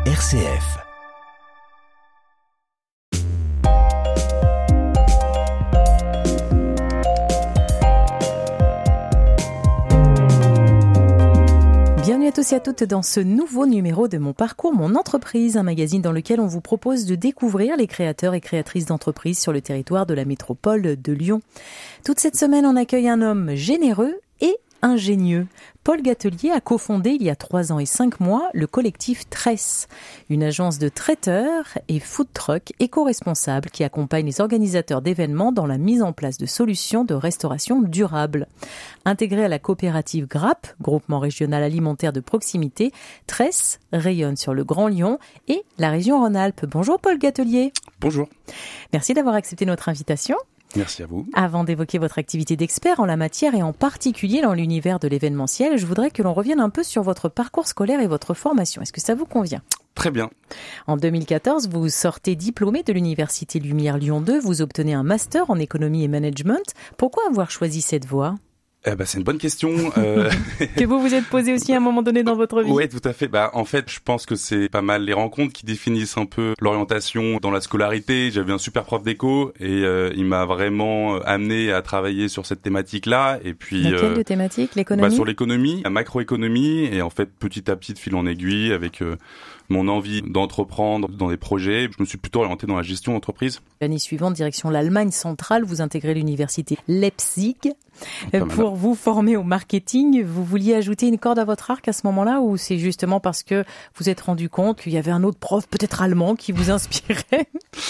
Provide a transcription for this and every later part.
RCF. Bienvenue à tous et à toutes dans ce nouveau numéro de Mon Parcours, Mon Entreprise, un magazine dans lequel on vous propose de découvrir les créateurs et créatrices d'entreprises sur le territoire de la métropole de Lyon. Toute cette semaine, on accueille un homme généreux et ingénieux. Paul Gatelier a cofondé il y a 3 ans et 5 mois le collectif Tresse, une agence de traiteurs et food truck éco-responsables qui accompagne les organisateurs d'événements dans la mise en place de solutions de restauration durable. Intégré à la coopérative GRAP, groupement régional alimentaire de proximité, Tresse rayonne sur le Grand Lyon et la région Rhône-Alpes. Bonjour Paul Gatelier. Bonjour. Merci d'avoir accepté notre invitation. Merci à vous. Avant d'évoquer votre activité d'expert en la matière et en particulier dans l'univers de l'événementiel, je voudrais que l'on revienne un peu sur votre parcours scolaire et votre formation. Est-ce que ça vous convient ? Très bien. En 2014, vous sortez diplômé de l'Université Lumière Lyon 2. Vous obtenez un master en économie et management. Pourquoi avoir choisi cette voie ? C'est une bonne question. Que vous vous êtes posé aussi à un moment donné dans votre vie. Oui, tout à fait. En fait, je pense que c'est pas mal les rencontres qui définissent un peu l'orientation dans la scolarité. J'avais un super prof d'éco et il m'a vraiment amené à travailler sur cette thématique-là. Et puis laquelle de thématique ? L'économie ? Sur l'économie, la macroéconomie. Et en fait, petit à petit, de fil en aiguille, avec mon envie d'entreprendre dans des projets, je me suis plutôt orienté dans la gestion d'entreprise. L'année suivante, direction l'Allemagne centrale, vous intégrez l'université Leipzig. Pour vous former au marketing, vous vouliez ajouter une corde à votre arc à ce moment-là, ou c'est justement parce que vous êtes rendu compte qu'il y avait un autre prof, peut-être allemand, qui vous inspirait ?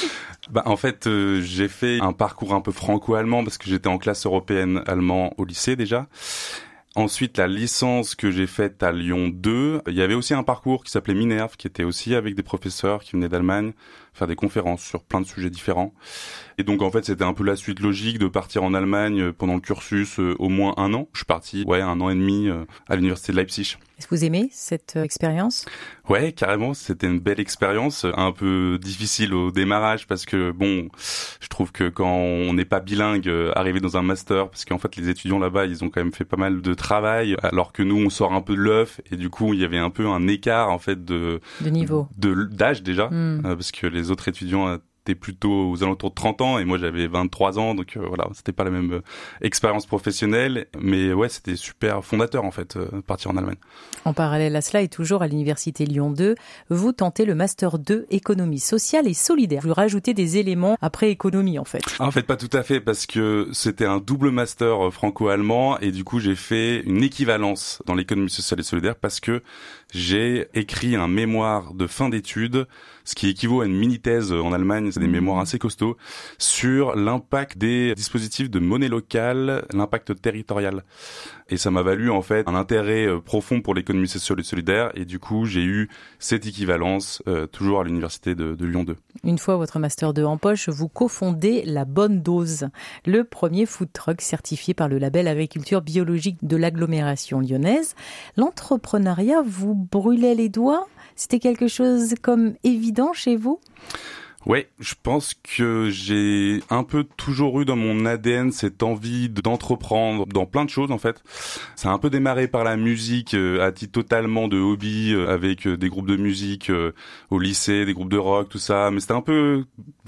En fait, j'ai fait un parcours un peu franco-allemand parce que j'étais en classe européenne allemand au lycée déjà. Ensuite, la licence que j'ai faite à Lyon 2, il y avait aussi un parcours qui s'appelait Minerve, qui était aussi avec des professeurs qui venaient d'Allemagne, faire des conférences sur plein de sujets différents. Et donc, en fait, c'était un peu la suite logique de partir en Allemagne pendant le cursus au moins 1 an. Je suis parti, 1 an et demi à l'université de Leipzig. Est-ce que vous aimez cette expérience ? Ouais, carrément, c'était une belle expérience, un peu difficile au démarrage parce que je trouve que quand on n'est pas bilingue, arriver dans un master, parce qu'en fait les étudiants là-bas, ils ont quand même fait pas mal de travail, alors que nous on sort un peu de l'œuf et du coup il y avait un peu un écart en fait de niveau, d'âge déjà, parce que les autres étudiants étaient plutôt aux alentours de 30 ans et moi j'avais 23 ans, donc c'était pas la même expérience professionnelle, mais ouais, c'était super fondateur en fait, partir en Allemagne. En parallèle à cela et toujours à l'université Lyon 2, vous tentez le master 2 économie sociale et solidaire. Vous rajoutez des éléments après économie en fait. En fait pas tout à fait, parce que c'était un double master franco-allemand et du coup j'ai fait une équivalence dans l'économie sociale et solidaire parce que j'ai écrit un mémoire de fin d'études, ce qui équivaut à une mini-thèse en Allemagne, c'est des mémoires assez costauds, sur l'impact des dispositifs de monnaie locale, l'impact territorial. Et ça m'a valu en fait un intérêt profond pour l'économie sociale et solidaire, et du coup j'ai eu cette équivalence toujours à l'université de Lyon 2. Une fois votre master 2 en poche, vous cofondez La Bonne Dose, le premier food truck certifié par le label agriculture biologique de l'agglomération lyonnaise. L'entrepreneuriat vous brûlait les doigts ? C'était quelque chose comme évident chez vous ? Ouais, je pense que j'ai un peu toujours eu dans mon ADN cette envie d'entreprendre dans plein de choses en fait. Ça a un peu démarré par la musique à titre totalement de hobby, avec des groupes de musique au lycée, des groupes de rock, tout ça. Mais c'était un peu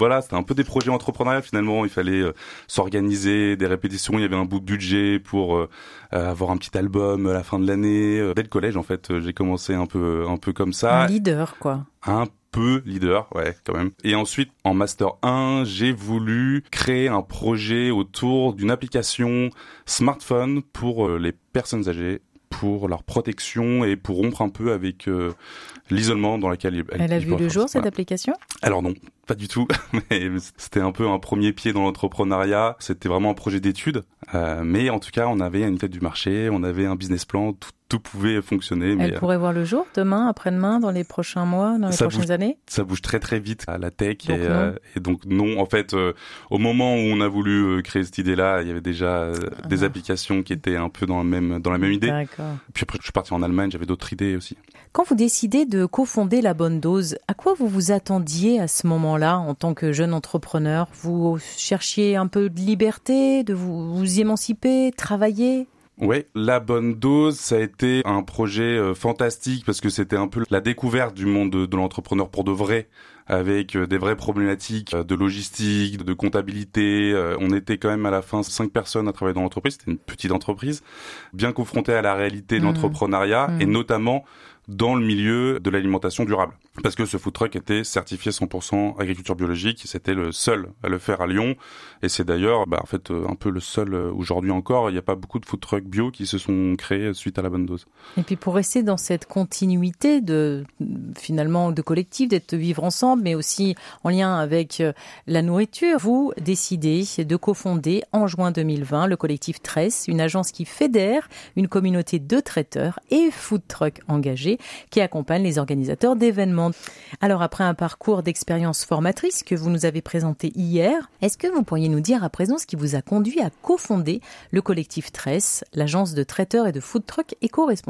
des projets entrepreneuriaux finalement. Il fallait s'organiser, des répétitions, il y avait un bout de budget pour avoir un petit album à la fin de l'année. Dès le collège en fait, j'ai commencé un peu comme ça. Un leader quoi. Un peu leader, ouais, quand même. Et ensuite, en Master 1, j'ai voulu créer un projet autour d'une application smartphone pour les personnes âgées, pour leur protection et pour rompre un peu avec l'isolement dans lequel elle a vu le jour, cette application ? Alors non, pas du tout, mais c'était un peu un premier pied dans l'entrepreneuriat. C'était vraiment un projet d'étude, mais en tout cas, on avait une tête du marché, on avait un business plan, tout pouvait fonctionner. Elle pourrait voir le jour demain, après-demain, dans les prochains mois, dans les prochaines années ? Ça bouge très très vite à la tech, et donc non, en fait, au moment où on a voulu créer cette idée-là, il y avait déjà des applications qui étaient un peu dans la même idée. D'accord. Puis après, je suis parti en Allemagne, j'avais d'autres idées aussi. Quand vous décidez de cofonder La Bonne Dose, à quoi vous vous attendiez à ce moment-là en tant que jeune entrepreneur ? Vous cherchiez un peu de liberté, de vous émanciper, travailler ? Ouais, La Bonne Dose, ça a été un projet fantastique parce que c'était un peu la découverte du monde de l'entrepreneur pour de vrai, avec des vraies problématiques de logistique, de comptabilité. On était quand même à la fin 5 personnes à travailler dans l'entreprise. C'était une petite entreprise, bien confrontée à la réalité de l'entrepreneuriat et notamment dans le milieu de l'alimentation durable. Parce que ce food truck était certifié 100% agriculture biologique, c'était le seul à le faire à Lyon, et c'est d'ailleurs, en fait, un peu le seul aujourd'hui encore. Il n'y a pas beaucoup de food trucks bio qui se sont créés suite à La Bonne Dose. Et puis pour rester dans cette continuité finalement de collectif, d'être vivre ensemble, mais aussi en lien avec la nourriture, vous décidez de cofonder en juin 2020 le collectif Tress, une agence qui fédère une communauté de traiteurs et food trucks engagés qui accompagne les organisateurs d'événements. Alors après un parcours d'expérience formatrice que vous nous avez présenté hier, est-ce que vous pourriez nous dire à présent ce qui vous a conduit à cofonder le collectif Tress, l'agence de traiteurs et de food trucks éco-responsables ?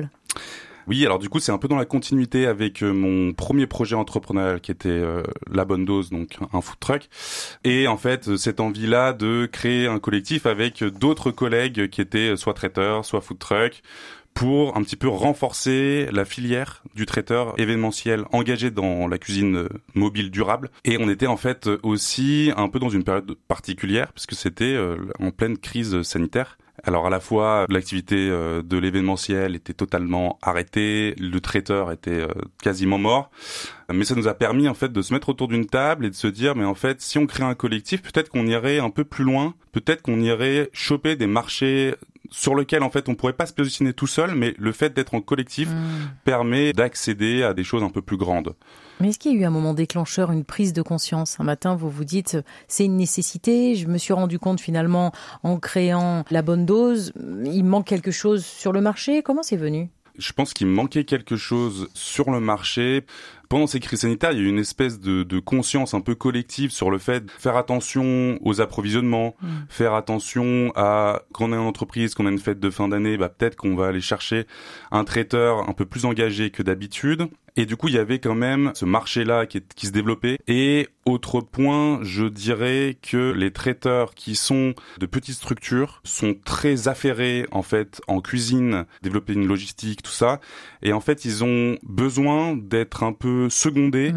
Oui, alors du coup, c'est un peu dans la continuité avec mon premier projet entrepreneurial qui était La Bonne Dose, donc un food truck. Et en fait, cette envie-là de créer un collectif avec d'autres collègues qui étaient soit traiteurs, soit food truck, pour un petit peu renforcer la filière du traiteur événementiel engagé dans la cuisine mobile durable. Et on était en fait aussi un peu dans une période particulière, parce que c'était en pleine crise sanitaire. Alors à la fois, l'activité de l'événementiel était totalement arrêtée, le traiteur était quasiment mort, mais ça nous a permis en fait de se mettre autour d'une table et de se dire, mais en fait, si on crée un collectif, peut-être qu'on irait un peu plus loin, peut-être qu'on irait choper des marchés sur lequel en fait on pourrait pas se positionner tout seul, mais le fait d'être en collectif permet d'accéder à des choses un peu plus grandes. Mais est-ce qu'il y a eu un moment déclencheur, une prise de conscience ? Un matin, vous vous dites, c'est une nécessité, je me suis rendu compte finalement en créant La Bonne Dose, il manque quelque chose sur le marché, comment c'est venu ? Je pense qu'il manquait quelque chose sur le marché. Pendant ces crises sanitaires, il y a eu une espèce de conscience un peu collective sur le fait de faire attention aux approvisionnements, faire attention à, quand on est en entreprise, qu'on a une fête de fin d'année, peut-être qu'on va aller chercher un traiteur un peu plus engagé que d'habitude. Et du coup, il y avait quand même ce marché-là qui se développait. Et autre point, je dirais que les traiteurs qui sont de petites structures sont très affairés, en fait, en cuisine, développer une logistique, tout ça. Et en fait, ils ont besoin d'être un peu secondés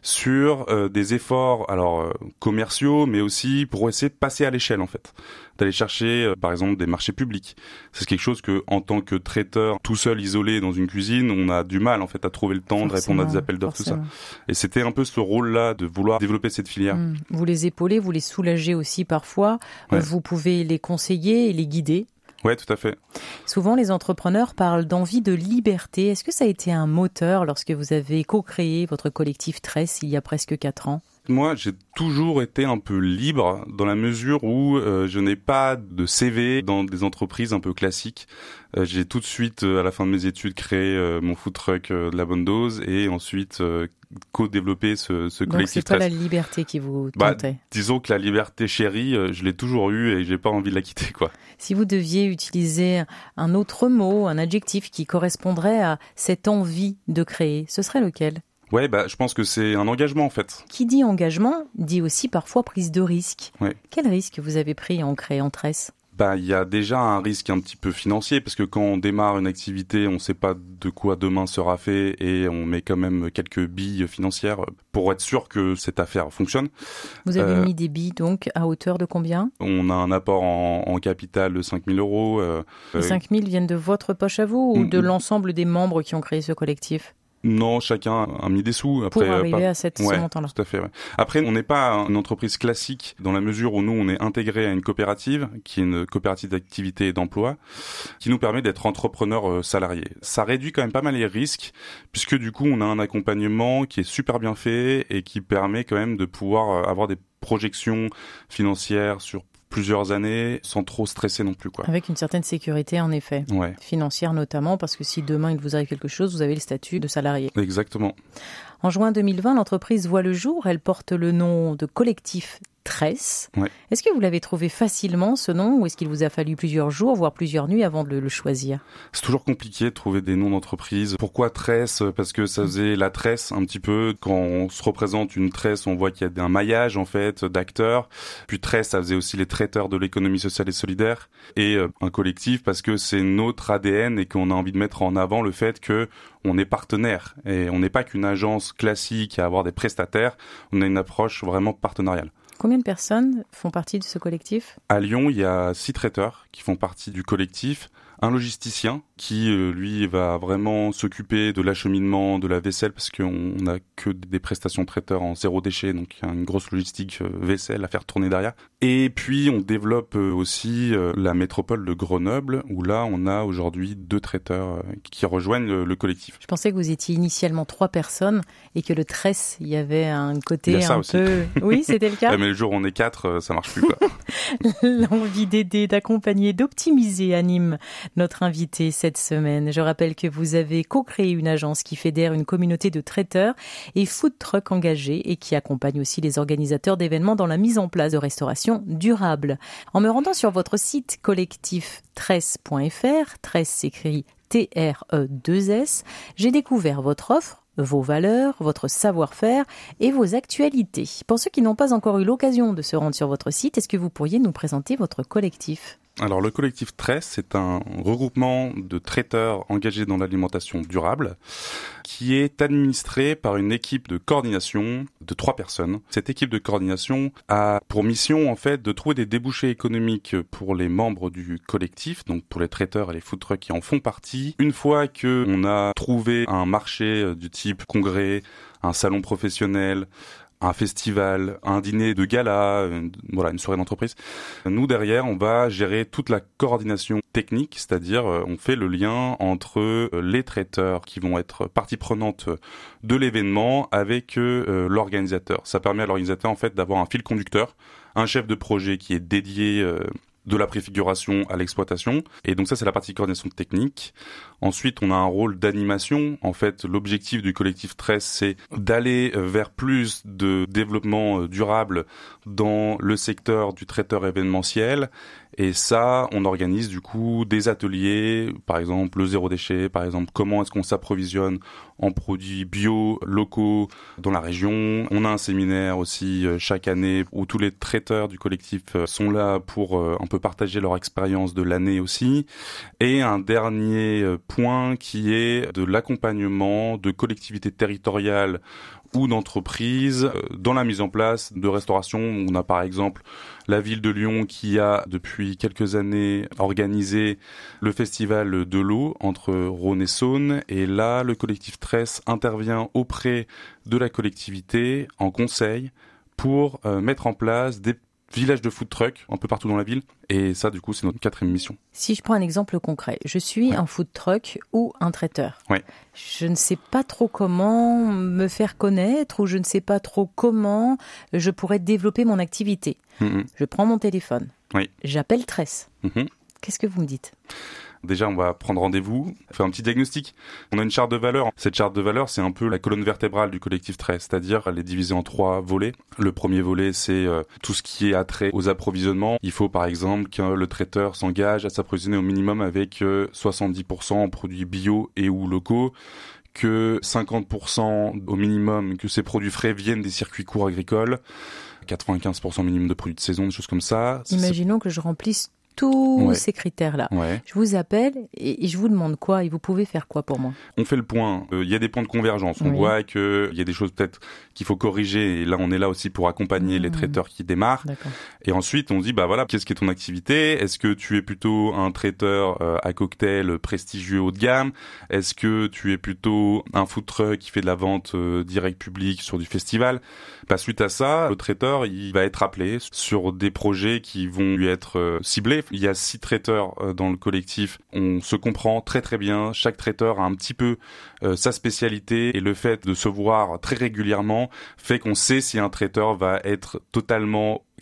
sur des efforts, commerciaux, mais aussi pour essayer de passer à l'échelle, en fait. D'aller chercher, par exemple, des marchés publics. C'est quelque chose que, en tant que traiteur, tout seul, isolé dans une cuisine, on a du mal, en fait, à trouver le temps de répondre à des appels d'offres, tout ça. Et c'était un peu ce rôle-là de vouloir développer cette filière. Vous les épaulez, vous les soulagez aussi parfois. Ouais. Vous pouvez les conseiller et les guider. Ouais, tout à fait. Souvent, les entrepreneurs parlent d'envie de liberté. Est-ce que ça a été un moteur lorsque vous avez co-créé votre collectif Tress il y a presque 4 ans ? Moi, j'ai toujours été un peu libre dans la mesure où je n'ai pas de CV dans des entreprises un peu classiques. J'ai tout de suite, à la fin de mes études, créé mon food truck de La Bonne Dose et ensuite co-développé ce collectif. Donc c'est pas la liberté qui vous tentait. Disons que la liberté chérie, je l'ai toujours eue et j'ai pas envie de la quitter, quoi. Si vous deviez utiliser un autre mot, un adjectif qui correspondrait à cette envie de créer, ce serait lequel ? Ouais, je pense que c'est un engagement en fait. Qui dit engagement, dit aussi parfois prise de risque. Ouais. Quel risque vous avez pris en créant Tress ? Il y a déjà un risque un petit peu financier parce que quand on démarre une activité, on sait pas de quoi demain sera fait et on met quand même quelques billes financières pour être sûr que cette affaire fonctionne. Vous avez mis des billes donc à hauteur de combien ? On a un apport en capital de 5 000 euros. Les 5 000 viennent de votre poche à vous ou de l'ensemble des membres qui ont créé ce collectif ? Non, chacun a mis des sous. Après, pour arriver à ce montant-là. Tout à fait, ouais. Après, on n'est pas une entreprise classique dans la mesure où nous, on est intégré à une coopérative, qui est une coopérative d'activité et d'emploi, qui nous permet d'être entrepreneurs salariés. Ça réduit quand même pas mal les risques, puisque du coup, on a un accompagnement qui est super bien fait et qui permet quand même de pouvoir avoir des projections financières sur plusieurs années sans trop stresser non plus, quoi. Avec une certaine sécurité en effet, financière notamment, parce que si demain il vous arrive quelque chose, vous avez le statut de salarié. Exactement. En juin 2020, l'entreprise voit le jour, elle porte le nom de collectif Tress. Ouais. Est-ce que vous l'avez trouvé facilement, ce nom, ou est-ce qu'il vous a fallu plusieurs jours, voire plusieurs nuits avant de le choisir ? C'est toujours compliqué de trouver des noms d'entreprise. Pourquoi Tress ? Parce que ça faisait la tresse un petit peu. Quand on se représente une tresse, on voit qu'il y a un maillage en fait d'acteurs. Puis Tress, ça faisait aussi les traiteurs de l'économie sociale et solidaire. Et un collectif parce que c'est notre ADN et qu'on a envie de mettre en avant le fait que on est partenaire. Et on n'est pas qu'une agence classique à avoir des prestataires. On a une approche vraiment partenariale. Combien de personnes font partie de ce collectif ? À Lyon, il y a 6 traiteurs qui font partie du collectif. Un logisticien qui, lui, va vraiment s'occuper de l'acheminement de la vaisselle parce qu'on n'a que des prestations traiteurs en zéro déchet, donc il y a une grosse logistique vaisselle à faire tourner derrière. Et puis, on développe aussi la métropole de Grenoble, où là, on a aujourd'hui 2 traiteurs qui rejoignent le collectif. Je pensais que vous étiez initialement 3 personnes et que le Tress, il y avait un côté il y a ça un aussi. peu... Oui, c'était le cas. Ouais, mais le jour où on est 4, ça marche plus, quoi. L'envie d'aider, d'accompagner, d'optimiser anime notre invité cette semaine. Je rappelle que vous avez co-créé une agence qui fédère une communauté de traiteurs et food trucks engagés et qui accompagne aussi les organisateurs d'événements dans la mise en place de restauration durable. En me rendant sur votre site collectif tress.fr, Tress s'écrit T-R-E-2-S, j'ai découvert votre offre, vos valeurs, votre savoir-faire et vos actualités. Pour ceux qui n'ont pas encore eu l'occasion de se rendre sur votre site, est-ce que vous pourriez nous présenter votre collectif ? Alors le collectif Tress, c'est un regroupement de traiteurs engagés dans l'alimentation durable qui est administré par une équipe de coordination de 3 personnes. Cette équipe de coordination a pour mission en fait de trouver des débouchés économiques pour les membres du collectif, donc pour les traiteurs et les food trucks qui en font partie. Une fois que on a trouvé un marché du type congrès, un salon professionnel, un festival, un dîner de gala, une soirée d'entreprise. Nous, derrière, on va gérer toute la coordination technique, c'est-à-dire on fait le lien entre les traiteurs qui vont être partie prenante de l'événement avec l'organisateur. Ça permet à l'organisateur, en fait, d'avoir un fil conducteur, un chef de projet qui est dédié de la préfiguration à l'exploitation. Et donc ça, c'est la partie coordination technique. Ensuite, on a un rôle d'animation. En fait, l'objectif du collectif Tress, c'est d'aller vers plus de développement durable dans le secteur du traiteur événementiel. Et ça, on organise du coup des ateliers, par exemple le zéro déchet, par exemple comment est-ce qu'on s'approvisionne en produits bio, locaux dans la région. On a un séminaire aussi chaque année où tous les traiteurs du collectif sont là pour un peu partager leur expérience de l'année aussi. Et un dernier point qui est de l'accompagnement de collectivités territoriales ou d'entreprises dans la mise en place de restauration. On a par exemple la ville de Lyon qui a depuis quelques années organisé le festival de l'eau entre Rhône et Saône. Et là, le collectif Tress intervient auprès de la collectivité en conseil pour mettre en place des villages de food truck un peu partout dans la ville. Et ça, du coup, c'est notre 4e mission. Si je prends un exemple concret, je suis un food truck ou un traiteur. Ouais. Je ne sais pas trop comment me faire connaître ou je ne sais pas trop comment je pourrais développer mon activité. Je prends mon téléphone. Oui. J'appelle Tress. Qu'est-ce que vous me dites ? Déjà, on va prendre rendez-vous, faire un petit diagnostic. On a une charte de valeurs. Cette charte de valeurs, c'est un peu la colonne vertébrale du collectif Tress, c'est-à-dire elle est divisée en 3 volets. Le premier volet, c'est tout ce qui est attrait aux approvisionnements. Il faut par exemple que le traiteur s'engage à s'approvisionner au minimum avec 70% en produits bio et ou locaux, que 50% au minimum que ces produits frais viennent des circuits courts agricoles, 95% minimum de produits de saison, des choses comme ça. Imaginons que je remplisse tous ces critères-là. Ouais. Je vous appelle et je vous demande quoi et vous pouvez faire quoi pour moi ? On fait le point. Il y a des points de convergence. On voit qu'il y a des choses peut-être qu'il faut corriger. Et là, on est là aussi pour accompagner les traiteurs qui démarrent. D'accord. Et ensuite, on dit, qu'est-ce qui est ton activité ? Est-ce que tu es plutôt un traiteur à cocktail prestigieux haut de gamme ? Est-ce que tu es plutôt un food truck qui fait de la vente direct public sur du festival ? Suite à ça, le traiteur, il va être appelé sur des projets qui vont lui être ciblés. Il y a 6 traiteurs dans le collectif. On se comprend très très bien. Chaque traiteur a un petit peu sa spécialité et le fait de se voir très régulièrement fait qu'on sait si un traiteur va être totalement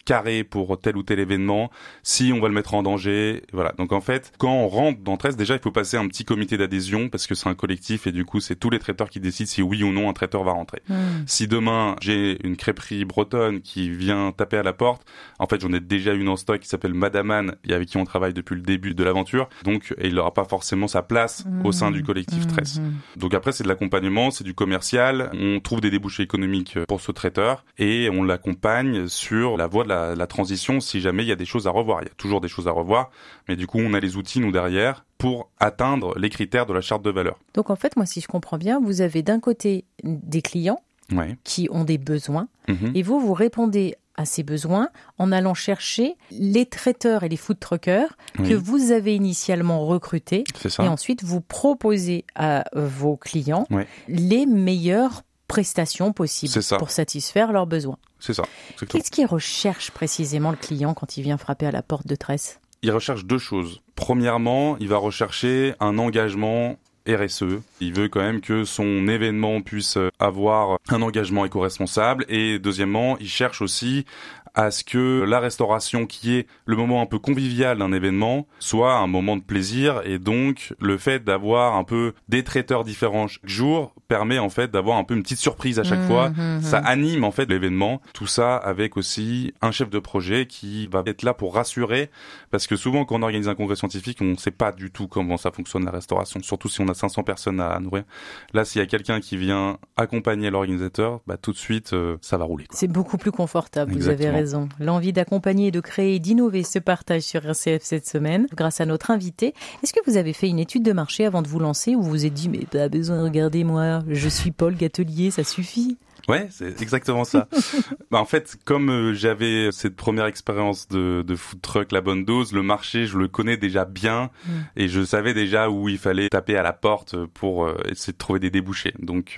carré pour tel ou tel événement, si on va le mettre en danger, voilà. Donc en fait, quand on rentre dans Tress, déjà il faut passer un petit comité d'adhésion parce que c'est un collectif et du coup c'est tous les traiteurs qui décident si oui ou non un traiteur va rentrer. Si demain j'ai une crêperie bretonne qui vient taper à la porte, en fait j'en ai déjà une en stock qui s'appelle Madame Anne et avec qui on travaille depuis le début de l'aventure, donc il n'aura pas forcément sa place au sein du collectif Tress. Donc après c'est de l'accompagnement, c'est du commercial, on trouve des débouchés économiques pour ce traiteur et on l'accompagne sur la voie de la transition si jamais il y a des choses à revoir. Il y a toujours des choses à revoir, mais du coup on a les outils nous derrière pour atteindre les critères de la charte de valeur. Donc en fait, moi si je comprends bien, vous avez d'un côté des clients qui ont des besoins et vous répondez à ces besoins en allant chercher les traiteurs et les food truckers que vous avez initialement recrutés et ensuite vous proposez à vos clients les meilleures prestations possibles pour satisfaire leurs besoins. C'est ça. Qu'est-ce qu'il recherche précisément le client quand il vient frapper à la porte de Tress ? Il recherche deux choses. Premièrement, il va rechercher un engagement RSE. Il veut quand même que son événement puisse avoir un engagement éco-responsable. Et deuxièmement, il cherche aussi à ce que la restauration, qui est le moment un peu convivial d'un événement, soit un moment de plaisir. Et donc, le fait d'avoir un peu des traiteurs différents chaque jour permet en fait d'avoir un peu une petite surprise à chaque fois. Ça anime en fait l'événement. Tout ça avec aussi un chef de projet qui va être là pour rassurer. Parce que souvent, quand on organise un congrès scientifique, on ne sait pas du tout comment ça fonctionne la restauration. Surtout si on a 500 personnes à nourrir. Là, s'il y a quelqu'un qui vient accompagner l'organisateur, tout de suite, ça va rouler, quoi. C'est beaucoup plus confortable. Exactement. Vous avez raison. L'envie d'accompagner, de créer et d'innover se partage sur RCF cette semaine grâce à notre invité. Est-ce que vous avez fait une étude de marché avant de vous lancer ou vous vous êtes dit mais pas besoin de regarder moi, je suis Paul Gatelier, ça suffit? Ouais, c'est exactement ça. En fait, comme j'avais cette première expérience de food truck, la bonne dose, le marché, je le connais déjà bien et je savais déjà où il fallait taper à la porte pour essayer de trouver des débouchés. Donc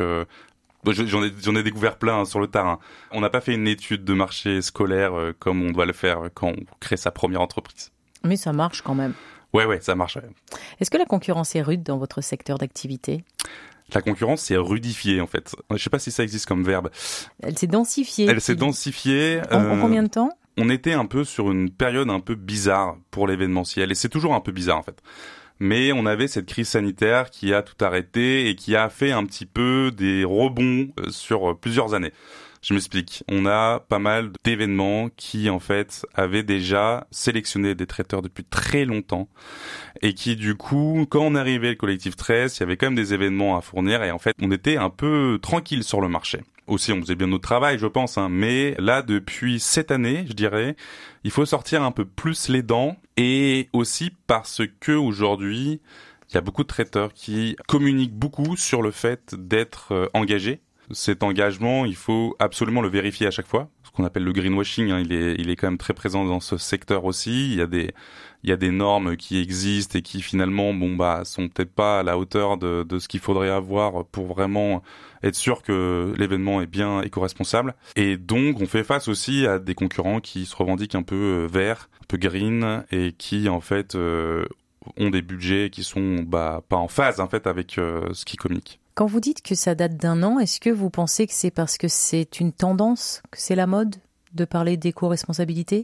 j'en ai découvert plein sur le tard. On n'a pas fait une étude de marché scolaire comme on doit le faire quand on crée sa première entreprise. Mais ça marche quand même. Ouais, ça marche. Ouais. Est-ce que la concurrence est rude dans votre secteur d'activité ? La concurrence, c'est rudifiée, en fait. Je sais pas si ça existe comme verbe. Elle s'est densifiée. Elle s'est densifiée. En combien de temps ? On était un peu sur une période un peu bizarre pour l'événementiel. Et c'est toujours un peu bizarre, en fait. Mais on avait cette crise sanitaire qui a tout arrêté et qui a fait un petit peu des rebonds sur plusieurs années. Je m'explique. On a pas mal d'événements qui, en fait, avaient déjà sélectionné des traiteurs depuis très longtemps et qui, du coup, quand on arrivait le collectif Tress, il y avait quand même des événements à fournir et en fait, on était un peu tranquille sur le marché. Aussi, on faisait bien notre travail, je pense, mais là, depuis cette année, je dirais, il faut sortir un peu plus les dents et aussi parce que aujourd'hui, il y a beaucoup de traiteurs qui communiquent beaucoup sur le fait d'être engagés. Cet engagement, il faut absolument le vérifier à chaque fois. Ce qu'on appelle le greenwashing, il est quand même très présent dans ce secteur aussi. Il y a des normes qui existent et qui finalement, sont peut-être pas à la hauteur de ce qu'il faudrait avoir pour vraiment être sûr que l'événement est bien éco-responsable. Et donc, on fait face aussi à des concurrents qui se revendiquent un peu verts, un peu green et qui, en fait, ont des budgets qui sont pas en phase, en fait, avec ce qu'ils communiquent. Quand vous dites que ça date d'un an, est-ce que vous pensez que c'est parce que c'est une tendance, que c'est la mode de parler d'éco-responsabilité ?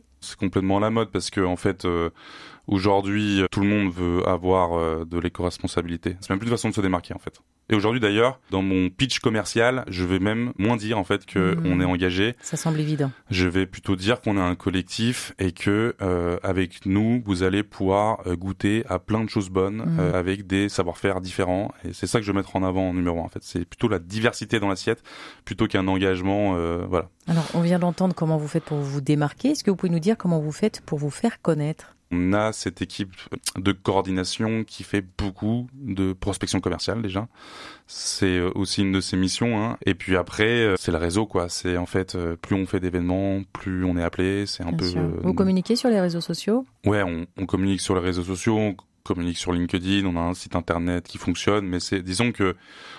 C'est complètement la mode parce que en fait aujourd'hui tout le monde veut avoir de l'éco-responsabilité. C'est même plus une façon de se démarquer en fait. Et aujourd'hui d'ailleurs, dans mon pitch commercial, je vais même moins dire en fait que on est engagé. Ça semble évident. Je vais plutôt dire qu'on est un collectif et que avec nous, vous allez pouvoir goûter à plein de choses bonnes avec des savoir-faire différents. Et c'est ça que je veux mettre en avant en numéro 1 en fait. C'est plutôt la diversité dans l'assiette plutôt qu'un engagement. Voilà. Alors on vient d'entendre comment vous faites pour vous démarquer. Est-ce que vous pouvez nous dire comment vous faites pour vous faire connaître ? On a cette équipe de coordination qui fait beaucoup de prospection commerciale déjà. C'est aussi une de ses missions. Et puis après, c'est le réseau, quoi. C'est en fait, plus on fait d'événements, plus on est appelé. C'est un Bien peu. Vous communiquez sur les réseaux sociaux ? Ouais, on communique sur les réseaux sociaux, on communique sur LinkedIn. On a un site internet qui fonctionne, mais disons que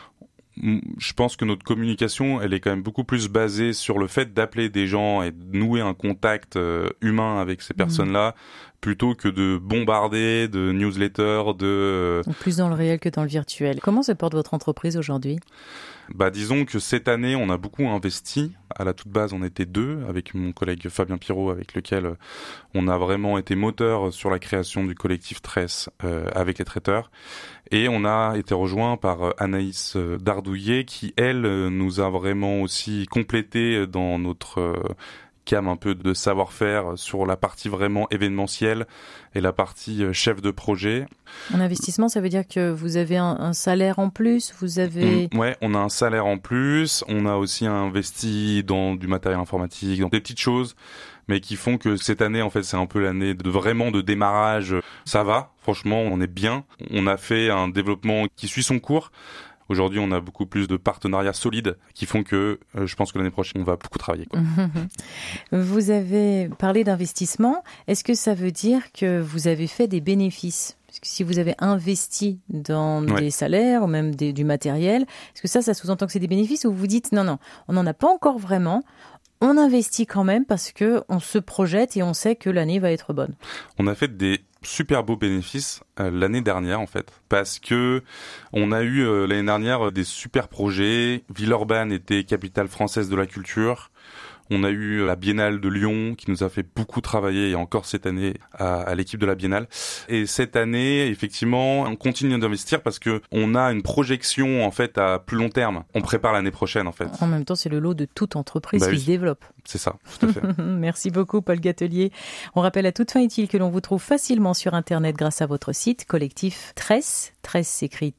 je pense que notre communication, elle est quand même beaucoup plus basée sur le fait d'appeler des gens et de nouer un contact humain avec ces personnes-là plutôt que de bombarder de newsletters, Donc plus dans le réel que dans le virtuel. Comment se porte votre entreprise aujourd'hui ? Disons que cette année, on a beaucoup investi. À la toute base, on était 2 avec mon collègue Fabien Pirot, avec lequel on a vraiment été moteur sur la création du collectif Tresse avec les traiteurs. Et on a été rejoint par Anaïs Dardouillet qui, elle, nous a vraiment aussi complété dans notre gamme un peu de savoir-faire sur la partie vraiment événementielle et la partie chef de projet. En investissement, ça veut dire que vous avez un salaire en plus, vous avez... Ouais, on a un salaire en plus, on a aussi investi dans du matériel informatique, dans des petites choses, mais qui font que cette année, en fait, c'est un peu l'année de vraiment de démarrage. Ça va, franchement, on est bien. On a fait un développement qui suit son cours. Aujourd'hui, on a beaucoup plus de partenariats solides qui font que je pense que l'année prochaine, on va beaucoup travailler, quoi. Vous avez parlé d'investissement. Est-ce que ça veut dire que vous avez fait des bénéfices ? Parce que si vous avez investi dans des salaires ou même du matériel, est-ce que ça sous-entend que c'est des bénéfices ou vous dites non, on n'en a pas encore vraiment, on investit quand même parce que on se projette et on sait que l'année va être bonne ? On a fait des super beaux bénéfices l'année dernière en fait, parce que on a eu l'année dernière des super projets. Villeurbanne était capitale française de la culture. On a eu la Biennale de Lyon qui nous a fait beaucoup travailler et encore cette année à l'équipe de la Biennale. Et cette année, effectivement, on continue d'investir parce que on a une projection en fait à plus long terme. On prépare l'année prochaine en fait. En même temps, c'est le lot de toute entreprise qui se développe. C'est ça, tout à fait. Merci beaucoup Paul Gatelier. On rappelle à toute fin utile que l'on vous trouve facilement sur Internet grâce à votre site collectif Tresse. Tresse s'écrit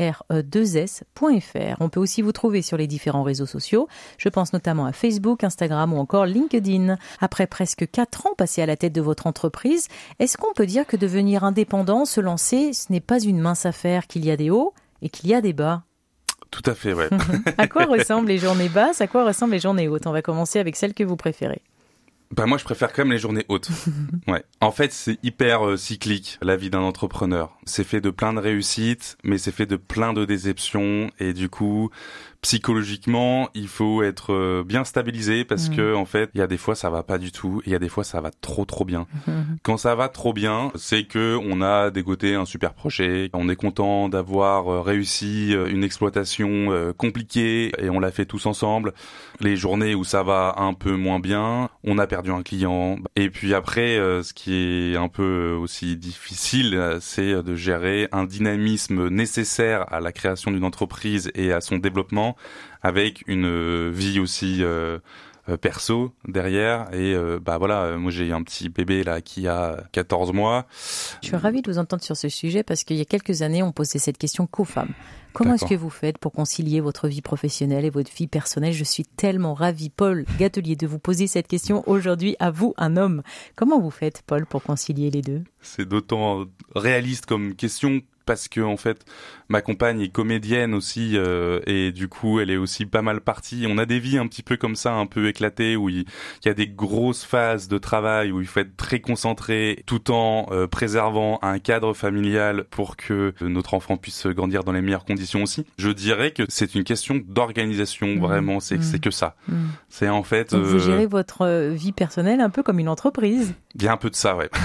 TRE2S.fr. On peut aussi vous trouver sur les différents réseaux sociaux. Je pense notamment à Facebook, Instagram ou encore LinkedIn. Après presque 4 ans passés à la tête de votre entreprise, est-ce qu'on peut dire que devenir indépendant, se lancer, ce n'est pas une mince affaire, qu'il y a des hauts et qu'il y a des bas ? Tout à fait, ouais. À quoi ressemblent les journées basses ? À quoi ressemblent les journées hautes ? On va commencer avec celle que vous préférez. Moi, je préfère quand même les journées hautes. Ouais. En fait, c'est hyper cyclique, la vie d'un entrepreneur. C'est fait de plein de réussites, mais c'est fait de plein de déceptions. Et du coup, psychologiquement, il faut être bien stabilisé parce que, en fait, il y a des fois, ça va pas du tout. Et il y a des fois, ça va trop bien. Quand ça va trop bien, c'est que on a dégoté un super projet. On est content d'avoir réussi une exploitation compliquée et on l'a fait tous ensemble. Les journées où ça va un peu moins bien, on a perdu un client. Et puis après, ce qui est un peu aussi difficile, c'est de gérer un dynamisme nécessaire à la création d'une entreprise et à son développement avec une vie aussi perso derrière. Et voilà, moi j'ai un petit bébé là qui a 14 mois. Je suis ravie de vous entendre sur ce sujet parce qu'il y a quelques années, on posait cette question qu'aux femmes. Comment est-ce que vous faites pour concilier votre vie professionnelle et votre vie personnelle ? Je suis tellement ravie, Paul Gatelier, de vous poser cette question aujourd'hui à vous, un homme. Comment vous faites, Paul, pour concilier les deux ? C'est d'autant réaliste comme question parce que en fait ma compagne est comédienne aussi et du coup elle est aussi pas mal partie. On a des vies un petit peu comme ça, un peu éclatées où il y a des grosses phases de travail où il faut être très concentré tout en préservant un cadre familial pour que notre enfant puisse grandir dans les meilleures conditions aussi. Je dirais que c'est une question d'organisation vraiment, c'est que ça. C'est en fait donc vous gérez votre vie personnelle un peu comme une entreprise. Il y a un peu de ça, ouais.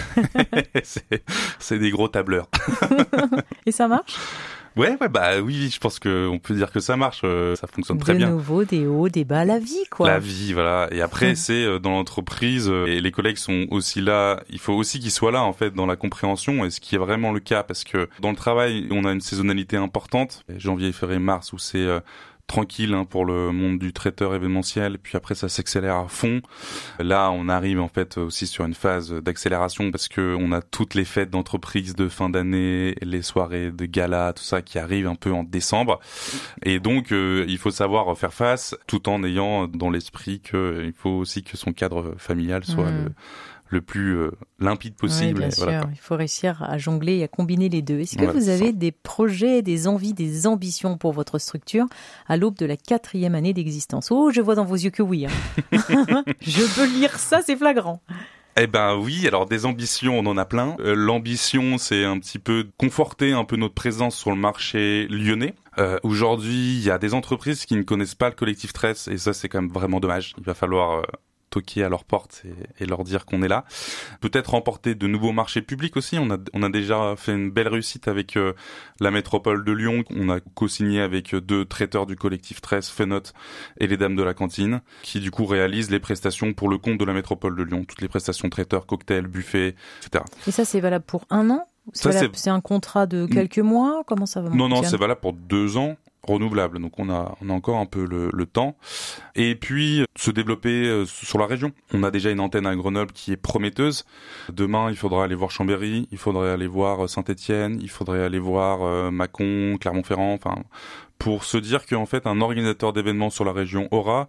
c'est des gros tableurs. Et ça marche ? Ouais, oui, je pense que on peut dire que ça marche, ça fonctionne très bien. De nouveau, des hauts, des bas, la vie, quoi. La vie, voilà. Et après, c'est dans l'entreprise, et les collègues sont aussi là, il faut aussi qu'ils soient là, en fait, dans la compréhension, et ce qui est vraiment le cas, parce que dans le travail, on a une saisonnalité importante, janvier, février, mars, où c'est tranquille pour le monde du traiteur événementiel, puis après ça s'accélère à fond. Là, on arrive en fait aussi sur une phase d'accélération parce que on a toutes les fêtes d'entreprise de fin d'année, les soirées de gala, tout ça qui arrive un peu en décembre. Et donc, il faut savoir faire face tout en ayant dans l'esprit que il faut aussi que son cadre familial soit le plus limpide possible. Oui, bien sûr. Voilà. Il faut réussir à jongler et à combiner les deux. Est-ce que vous avez des projets, des envies, des ambitions pour votre structure à l'aube de la 4e année d'existence ? Oh, je vois dans vos yeux que oui. Je peux lire ça, c'est flagrant. Eh ben oui, alors des ambitions, on en a plein. L'ambition, c'est un petit peu conforter un peu notre présence sur le marché lyonnais. Aujourd'hui, il y a des entreprises qui ne connaissent pas le collectif Tresse et ça, c'est quand même vraiment dommage. Il va falloir toquer à leur porte et leur dire qu'on est là. Peut-être remporter de nouveaux marchés publics aussi. On a déjà fait une belle réussite avec la métropole de Lyon. On a co-signé avec 2 traiteurs du collectif 13, Fenote et les Dames de la Cantine, qui du coup réalisent les prestations pour le compte de la métropole de Lyon. Toutes les prestations traiteurs, cocktails, buffets, etc. Et ça, c'est valable pour 1 an ? C'est un contrat de quelques mois ? Comment ça va ? Non, c'est valable pour 2 ans. Renouvelable, donc on a encore un peu le temps. Et puis se développer sur la région. On a déjà une antenne à Grenoble qui est prometteuse. Demain, il faudra aller voir Chambéry, il faudrait aller voir Saint-Étienne, il faudrait aller voir Mâcon, Clermont-Ferrand, pour se dire qu'en fait un organisateur d'événements sur la région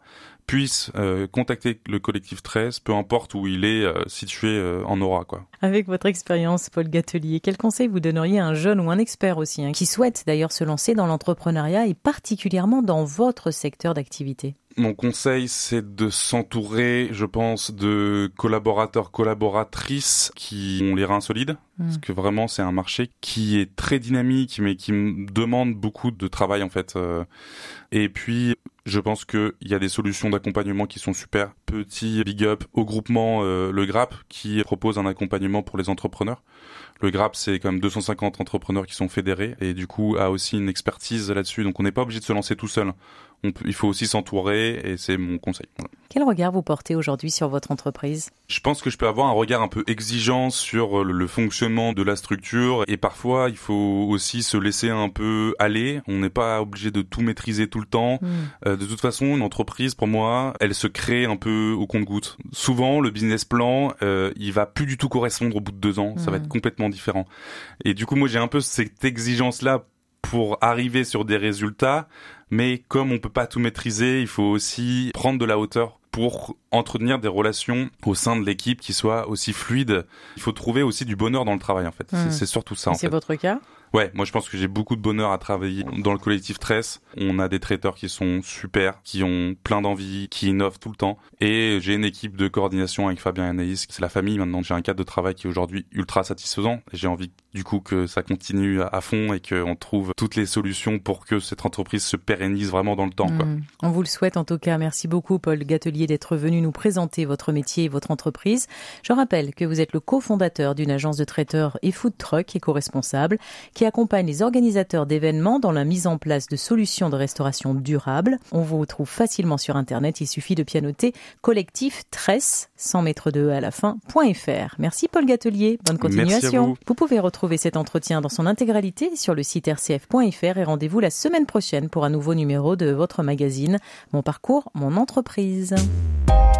puisse contacter le collectif 13, peu importe où il est situé en Aura, quoi. Avec votre expérience, Paul Gatelier, quel conseil vous donneriez à un jeune ou un expert aussi, qui souhaite d'ailleurs se lancer dans l'entrepreneuriat et particulièrement dans votre secteur d'activité ? Mon conseil, c'est de s'entourer, je pense, de collaborateurs, collaboratrices qui ont les reins solides. Parce que vraiment, c'est un marché qui est très dynamique, mais qui me demande beaucoup de travail, en fait. Et puis, je pense qu'il y a des solutions d'accompagnement qui sont super. Petit big up au groupement Le Grappe, qui propose un accompagnement pour les entrepreneurs. Le Grappe, c'est quand même 250 entrepreneurs qui sont fédérés et du coup a aussi une expertise là-dessus. Donc on n'est pas obligé de se lancer tout seul. Il faut aussi s'entourer et c'est mon conseil. Voilà. Quel regard vous portez aujourd'hui sur votre entreprise ? Je pense que je peux avoir un regard un peu exigeant sur le fonctionnement de la structure et parfois il faut aussi se laisser un peu aller. On n'est pas obligé de tout maîtriser tout le temps. De toute façon, une entreprise, pour moi, elle se crée un peu au compte-gouttes. Souvent, le business plan, il va plus du tout correspondre au bout de 2 ans. Ça va être complètement différent. Et du coup, moi, j'ai un peu cette exigence-là pour arriver sur des résultats. Mais comme on peut pas tout maîtriser, il faut aussi prendre de la hauteur pour entretenir des relations au sein de l'équipe qui soient aussi fluides. Il faut trouver aussi du bonheur dans le travail, en fait. C'est surtout ça, en fait. C'est votre cas ? Ouais, moi je pense que j'ai beaucoup de bonheur à travailler dans le collectif 13. On a des traiteurs qui sont super, qui ont plein d'envie, qui innovent tout le temps. Et j'ai une équipe de coordination avec Fabien et Anaïs. C'est la famille maintenant. J'ai un cadre de travail qui est aujourd'hui ultra satisfaisant. Et j'ai envie du coup que ça continue à fond et qu'on trouve toutes les solutions pour que cette entreprise se pérennise vraiment dans le temps, quoi. On vous le souhaite en tout cas. Merci beaucoup Paul Gatelier d'être venu nous présenter votre métier et votre entreprise. Je rappelle que vous êtes le cofondateur d'une agence de traiteurs et food truck éco-responsable qui accompagne les organisateurs d'événements dans la mise en place de solutions de restauration durable. On vous trouve facilement sur Internet. Il suffit de pianoter collectif 13 sans mettre de E à la fin.fr. Merci Paul Gatelier. Bonne continuation. Merci à vous. Vous pouvez retrouver cet entretien dans son intégralité sur le site rcf.fr et rendez-vous la semaine prochaine pour un nouveau numéro de votre magazine Mon parcours, mon entreprise.